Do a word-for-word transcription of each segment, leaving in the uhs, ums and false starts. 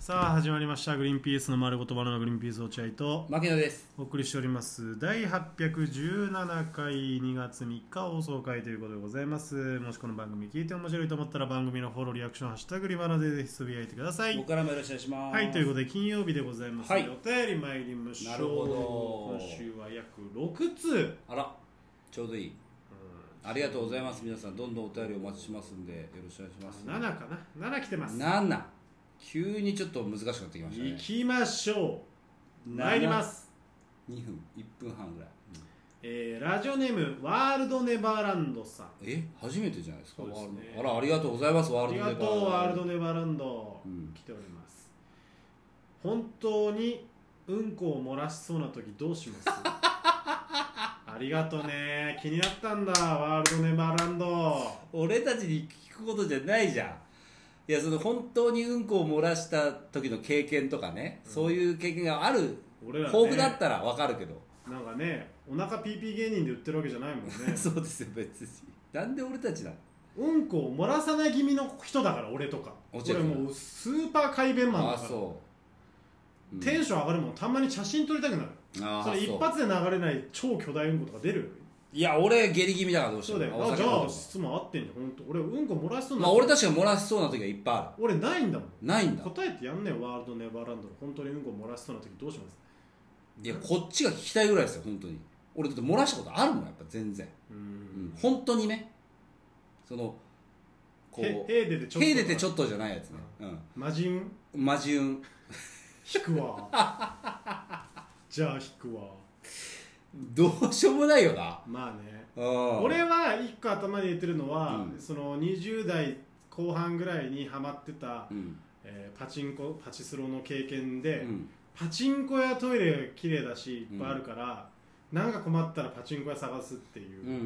さあ始まりました。グリーンピースの丸ごとバナナグリーンピース落合と牧野です。 お送りしておりますだいはっぴゃくじゅうななかいにがつみっか放送回ということでございます。もしこの番組聞いて面白いと思ったら番組のフォローリアクションハッシュタグリバナでぜひつぶやいてください。 僕からもよろしくお願いします。 はい、ということで金曜日でございます、 はい、 お便り参りましょう。 なるほど。 今週は約ろくつう。 あらちょうどいい、うん、ありがとうございます。皆さんどんどんお便りお待ちしますんでよろしくお願いします。 ななかななな来てます。 なな急にちょっと難しくなってきましたね。 行きましょう。参ります。 にふんいっぷんはんぐらい、うんえー、ラジオネームワールドネバーランドさん。 え初めてじゃないですか。 そうですね、 あらありがとうございます。ワールドネバーランド。 ありがとうワールドネバーランド、うん、来ております。本当にうんこを漏らしそうな時どうしますありがとね。気になったんだワールドネバーランド。 俺たちに聞くことじゃないじゃん。いやその本当にうんこを漏らした時の経験とかね、うん、そういう経験がある、俺らね、豊富だったら分かるけど、 なんかねお腹ピーピー芸人で売ってるわけじゃないもんねそうですよ別に。なんで俺たちなの。 うんこを漏らさない気味の人だから俺とか。俺もうスーパー快便マンだから。あそう、うん、テンション上がるもん。たまに写真撮りたくなる。あそれ一発で流れない超巨大うんことか出る。 いや俺下痢気味だからどうしても。 そうだよ。あじゃあ質問合ってんじゃん。本当俺うんこ漏らしそうな。 まあ俺確かに漏らしそうな時はいっぱいある。俺ないんだもん。 ないんだ。 答えてやんねよワールドネバーランドの。本当にうんこ漏らしそうな時どうします。 いやこっちが聞きたいぐらいですよ本当に。俺だって漏らしたことあるもんやっぱ全然。うん、うん、本当にね。そのこうへへーでてちょっと。 へーでてちょっとじゃないやつね。うん。 マジン。 マジュン。 引くわ。じゃあ引くわ。 どうしようもないよな。 まあね。俺は一個頭に入れてるのは、うん、そのにじゅう代後半ぐらいにハマってた、うんえー、パチンコパチスロの経験で、うん、パチンコやトイレ綺麗だしいっぱいあるから、うん、なんか困ったらパチンコ屋探すっていう、うんうんうん、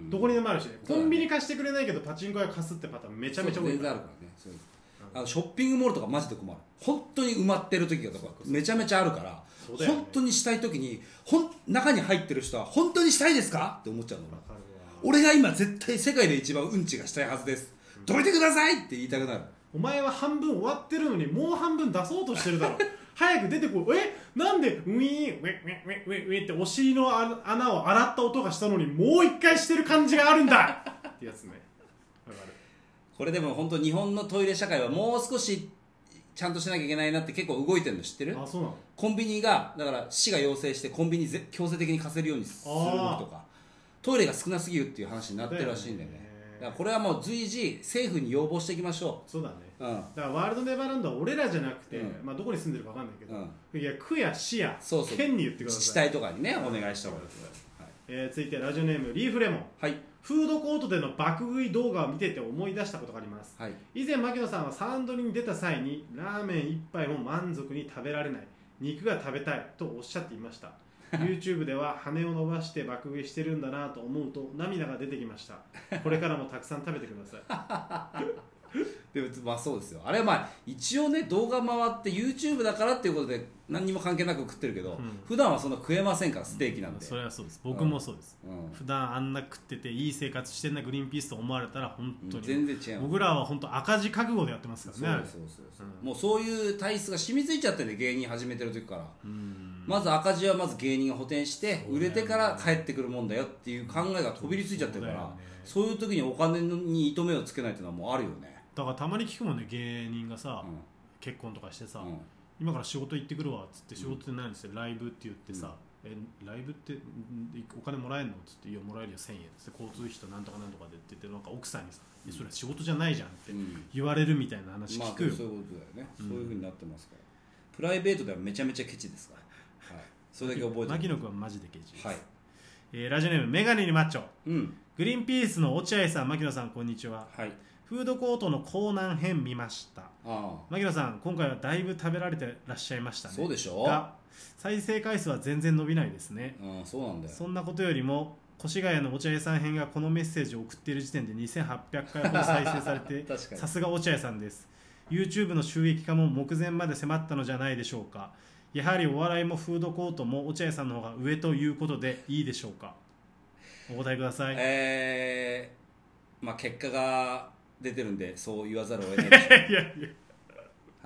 どこにでもあるしね。コンビニ貸してくれないけどパチンコ屋貸すってパターンめちゃめちゃ多いから。 全然あるからね。そうあのショッピングモールとかマジで困る。本当に埋まってる時がとかめちゃめちゃあるから、そうだよね、本当にしたい時にほん中に入ってる人は本当にしたいですかって思っちゃうの。俺が今絶対世界で一番うんちがしたいはずです、うん、どいてくださいって言いたくなる。 お前は半分終わってるのにもう半分出そうとしてるだろ早く出てこい。えなんでウィーンウィウィウィウィウィってお尻の穴を洗った音がしたのにもう一回してる感じがあるんだってやつね。わかる。 これでも本当日本のトイレ社会はもう少しちゃんとしなきゃいけないなって結構動いてるの知ってる？ あ、そうなの？ コンビニがだから市が要請してコンビニぜ強制的に貸せるようにするとか、トイレが少なすぎるっていう話になってるらしいんだよね。だからこれはもう随時政府に要望していきましょう。そうだね、うん、だからワールドネバーランドは俺らじゃなくて、うんまあ、どこに住んでるか分かんないけど、うん、いや区や市やそうそう県に言ってください。 自治体とかにねお願いした方がいいです、 はいえー、続いてラジオネームリーフレモン、はい、フードコートでの爆食い動画を見てて思い出したことがあります、はい、以前牧野さんはサンドリに出た際にラーメンいっぱいも満足に食べられない、肉が食べたいとおっしゃっていましたYouTube では羽を伸ばして爆食いしてるんだなと思うと涙が出てきました。これからもたくさん食べてくださいでもまあそうですよ。あれはまあ一応ね動画回って YouTube だからっていうことで何にも関係なく食ってるけど、うん、普段はそんな食えませんからステーキなんで、うん、 それはそうです。僕もそうです、うん、普段あんな食ってていい生活してんなグリーンピースと思われたら本当に、 全然違う。 僕らは本当赤字覚悟でやってますからね。 そうそうそうそう、うん、もうそういう体質が染みついちゃってね芸人始めてる時から、うん、まず赤字はまず芸人が補填して売れてから帰ってくるもんだよっていう考えが飛びりついちゃってるから、そう、ね、そういう時にお金に糸目をつけないっていうのはもうあるよね。 だからたまに聞くもんね芸人がさ、うん、結婚とかしてさ、うん、今から仕事行ってくるわっつって仕事って何ですよ、うん、ライブって言ってさ、うん、えライブってお金もらえんのっつっていやもらえるよせんえんっつって交通費となんとかなんとかでって言ってなんか奥さんにさ、うん、それは仕事じゃないじゃんって言われるみたいな話聞くよ、 まあ、そういうことだよね、うん、そういう風になってますからプライベートではめちゃめちゃケチですから、はい、それだけ覚えて牧野君はマジでケチです、 はいえー、ラジオネームメガネにマッチョ、うん、グリーンピースの落合さん牧野さんこんにちは、はいフードコートのコーナン編見ました。牧野さん今回はだいぶ食べられてらっしゃいましたね。 そうでしょが再生回数は全然伸びないですね。 あそうなんだよ。 そんなことよりも越谷の落合さん編がこのメッセージを送っている時点でにせんはっぴゃくかいほど再生されてさすが落合さんです。 YouTube の収益化も目前まで迫ったのじゃないでしょうか。やはりお笑いもフードコートも落合さんの方が上ということでいいでしょうか。お答えください。 えー、まあ結果が出てるんでそう言わざるを得ないでしょういやいや、はい、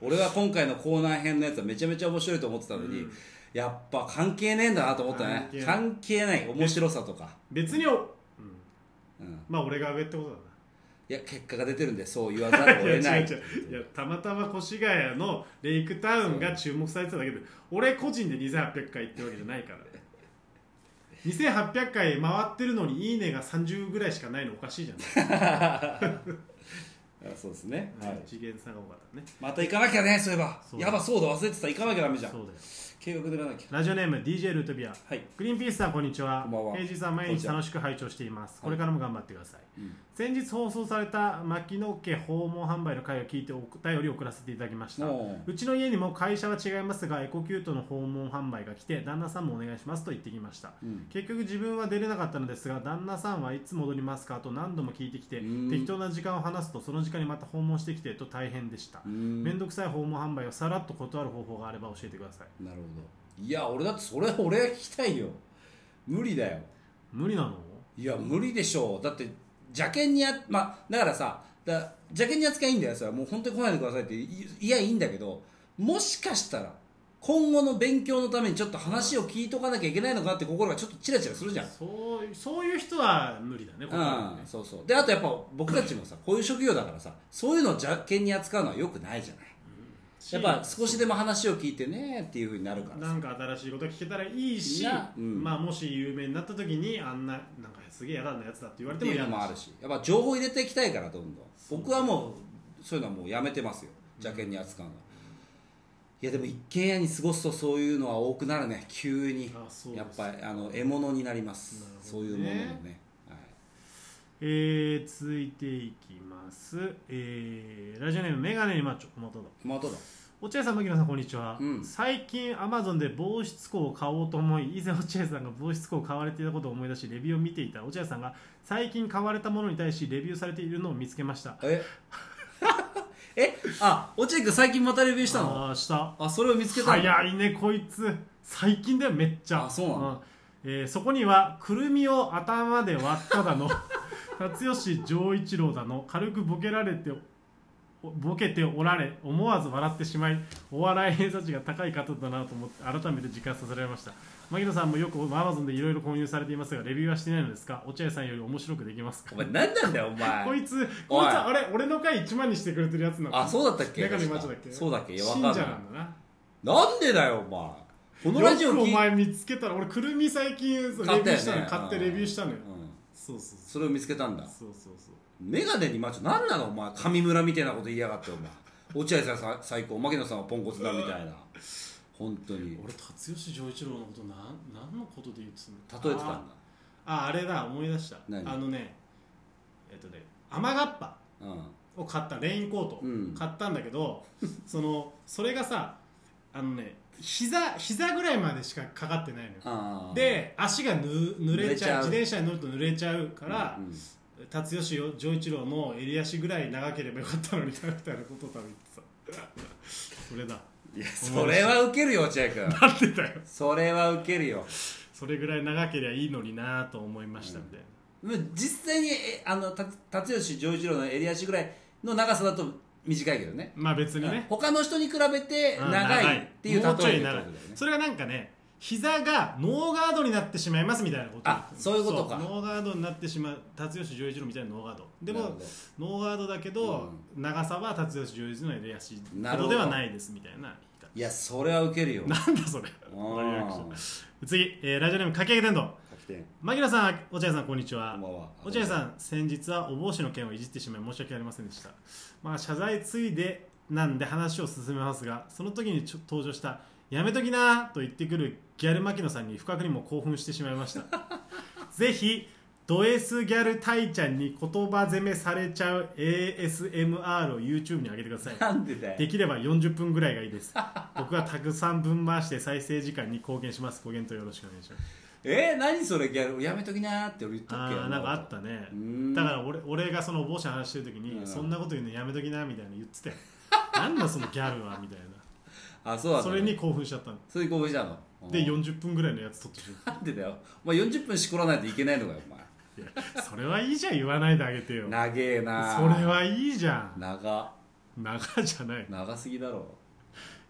俺は今回のコーナー編のやつはめちゃめちゃ面白いと思ってたのに、うん、やっぱ関係ねえんだなと思ったね。関係ない面白さとか別に、うんうん、まあ俺が上ってことだな。 いや結果が出てるんでそう言わざるを得ない。 いや違う違う、いやたまたま越谷のレイクタウンが注目されてただけで、俺個人でにせんはっぴゃくかい行ってるわけじゃないからにせんはっぴゃくかい回ってるのにいいねがさんじゅうぐらいしかないのおかしいじゃないそうですね、 はい、次元さんが多かったね。 また行かなきゃね。そういえばやばそうだ忘れてた。行かなきゃダメじゃん。そうだよ、計画でやらなきゃ。 ラジオネーム ディージェー ルートビア、はい、グリーンピースさんこんにちは。平日は毎日楽しく拝聴しています。これからも頑張ってください、はい、先日放送された牧野家訪問販売の回を聞いてお便りを送らせていただきました。うちの家にも会社は違いますがエコキュートの訪問販売が来て旦那さんもお願いしますと言ってきました、うん、結局自分は出れなかったのですが旦那さんはいつ戻りますかと何度も聞いてきて、適当な時間を話すとその時間にまた訪問してきてと大変でした。めんどくさい訪問販売をさらっと断る方法があれば教えてください。 なるほど。いや俺だってそれ俺聞きたいよ。無理だよ。 無理なの？ いや無理でしょう。だって邪険にやまあだからさだ邪険に扱いいいんだよ。それはもう本当に来ないでくださいっていいやいいんだけど、もしかしたら今後の勉強のためにちょっと話を聞いとかなきゃいけないのかなって心がちょっとチラチラするじゃん。 そうそういう人は無理だね。 ここはね、うん、そうそう。であとやっぱ僕たちもさこういう職業だからさそういうのを邪険に扱うのはよくないじゃない。やっぱ少しでも話を聞いてねっていう風になるからなんか新しいことが聞けたらいいし、うん、まあもし有名になった時にあんななんかすげえやだなやつだって言われても嫌だしっていうのもあるし、 やっぱ情報入れていきたいからどんどん僕はもうそういうのはもうやめてますよ、邪険に扱うのは。いやでも一軒家に過ごすとそういうのは多くなるね。急にやっぱりあの獲物になります、ね、そういうもののね、はい。 えー、続いていきます、えー、ラジオネームメガネにマッチョまただまただ落合さん、牧野さん、こんにちは、うん、最近アマゾンで防湿庫を買おうと思い以前落合さんが防湿庫を買われていたことを思い出しレビューを見ていた落合さんが最近買われたものに対しレビューされているのを見つけました。 ええあ落合君最近またレビューしたの？ あしたあそれを見つけたの？ 早いねこいつ。最近だよめっちゃ。 あそうなの、 うんえー、そこにはくるみを頭で割っただの辰吉丈一郎だの軽くボケられてボケておられ思わず笑ってしまいお笑い偏差値が高い方だなと思って改めて実感させられました。牧野さんもよく Amazon でいろいろ購入されていますがレビューはしてないのですか？落合さんより面白くできますか？ お前何なんだよお前こいつこいつあれ俺の回いちまんにしてくれてるやつなの？ あそうだったっけ？ メガネマッチだっけ？ そうだっけ？ 信者なんだな。 なんでだよお前。このラジオよくお前見つけたら俺くるみ最近レビューしたのよ、ね、買ってレビューしたのよ、うん、そうそうそうそれを見つけたんだ。 そうそうそうメガネにマッチョ何なのお前。上村みたいなこと言いやがってお前。落合さん最高牧野さんはポンコツだみたいな本当に。 俺辰吉丈一郎のこと何何のことで言ってたの？ 例えてたんだ。 あああれだ思い出した。あのねえっとね雨がっぱを買ったレインコート、うん、買ったんだけどそのそれがさあのね膝膝ぐらいまでしかかかってないのよ。で足がぬ濡れちゃう。自転車に乗ると濡れちゃうから、うんうん、辰吉丈一郎の襟足ぐらい長ければよかったのにみたいなことを多分言ってたそれだ。 いやそれはウケるよ落合君。 なんでだよ。 それはウケるよ。 それぐらい長ければいいのになと思いましたみたいな、 うん、実際にあの辰吉丈一郎の襟足ぐらいの長さだと短いけどね。 まあ別にね他の人に比べて長いっていう例えで、ね、 それがなんかね膝がノーガードになってしまいますみたいなこと。 あそういうことか。 ノーガードになってしまう辰吉丈一郎みたいなノーガードでもノーガードだけど、うん、長さは辰吉丈一郎の襟足ほどではないですみたいな。 いやそれはウケるよ。 なんだそれ次、えー、ラジオネームかき揚げ天童。牧野さん落合さんこんにちは。落合さん先日はお帽子の件をいじってしまい申し訳ありませんでした。まあ謝罪ついでなんで話を進めますがその時にちょ登場したやめときなと言ってくるギャル牧野さんに不覚にも興奮してしまいましたぜひド S ギャルタイちゃんに言葉攻めされちゃう エーエスエムアール を YouTube に上げてください。 なんでだよ。 できればよんじゅっぷんぐらいがいいです僕はたくさん分回して再生時間に貢献します。ご検討よろしくお願いします。 えー、何それギャルやめときなーって俺言ったっけ？ あなんかあったね。だから 俺, 俺がそのお帽子の話してる時にそんなこと言うのやめときなみたいな言っててなんだそのギャルはみたいな。 あそうだ、ね、 それに興奮しちゃったの。 それに興奮したのでよんじゅっぷんぐらいのやつ撮ってる。 なんでだよお前よんじゅっぷんしこらないといけないのかよお前。 いやそれはいいじゃん言わないであげてよ。 長えな。 それはいいじゃん。 長長じゃない。 長すぎだろう。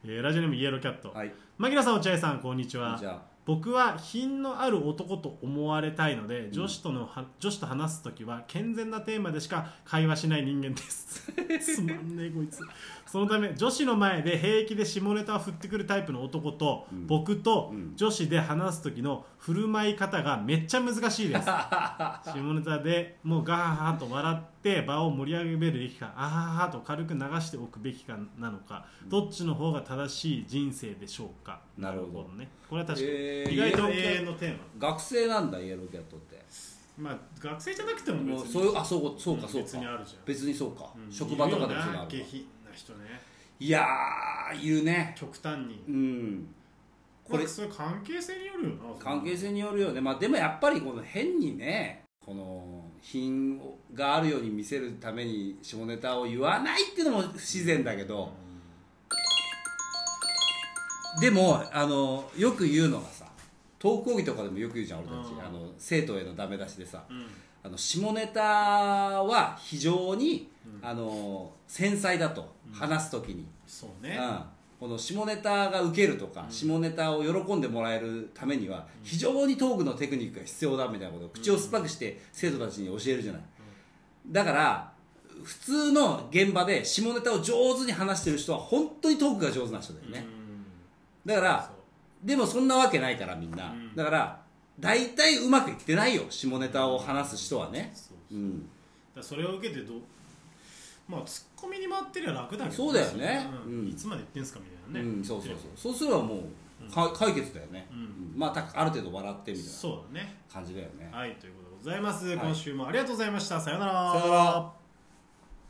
えー、ラジオネームイエローキャット、 はい、 牧野さん、落合さん、こんにちは。僕は品のある男と思われたいので、うん、女子との女子と話すときは健全なテーマでしか会話しない人間ですつまんねえこいつ。そのため女子の前で平気で下ネタを振ってくるタイプの男と、うん、僕と女子で話すときの振る舞い方がめっちゃ難しいです下ネタでもうガハハと笑って場を盛り上げるべきか、あははと軽く流しておくべきかなのか、うん、どっちの方が正しい人生でしょうか。 なるほどね。これは確かに、 えー、 意外と永遠のテーマ。 学生なんだイエローキャットって。 まあ学生じゃなくても別にそういう、あ、そうそうかそうか、 別にあるじゃん。 別にそうか、うん、職場とかでもそうなる。 下品な人ね。 いやー、いるね、 極端に。 うん。 これそれ関係性によるよな。 関係性によるよね。まあでもやっぱりこの変にね、この品があるように見せるために下ネタを言わないっていうのも不自然だけど、うん、でもあのよく言うのがさ、登校儀とかでもよく言うじゃん俺たち、うん、あの生徒へのダメ出しでさ、うん、あの下ネタは非常に、うん、あの繊細だと、うん、話すときに、 そうね、 うん、この下ネタがウケるとか、うん、下ネタを喜んでもらえるためには非常にトークのテクニックが必要だみたいなことを口を酸っぱくして生徒たちに教えるじゃない、うん、だから普通の現場で下ネタを上手に話してる人は本当にトークが上手な人だよね、うん、だからでもそんなわけないからみんな、うん、だから大体うまくいってないよ下ネタを話す人はね。そうそう、うん、 だそれを受けてどう、まあツッコミに回ってりゃ楽だけど、 そうだよね、 うん、いつまで言ってんすかみたいなね、 うん、そうそうそう、そうすればもう、うん、解決だよね、うんうん、まあある程度笑ってみたいな感じだよね。 はい、ということでございます、はい、今週もありがとうございました。さよなら。 さよなら。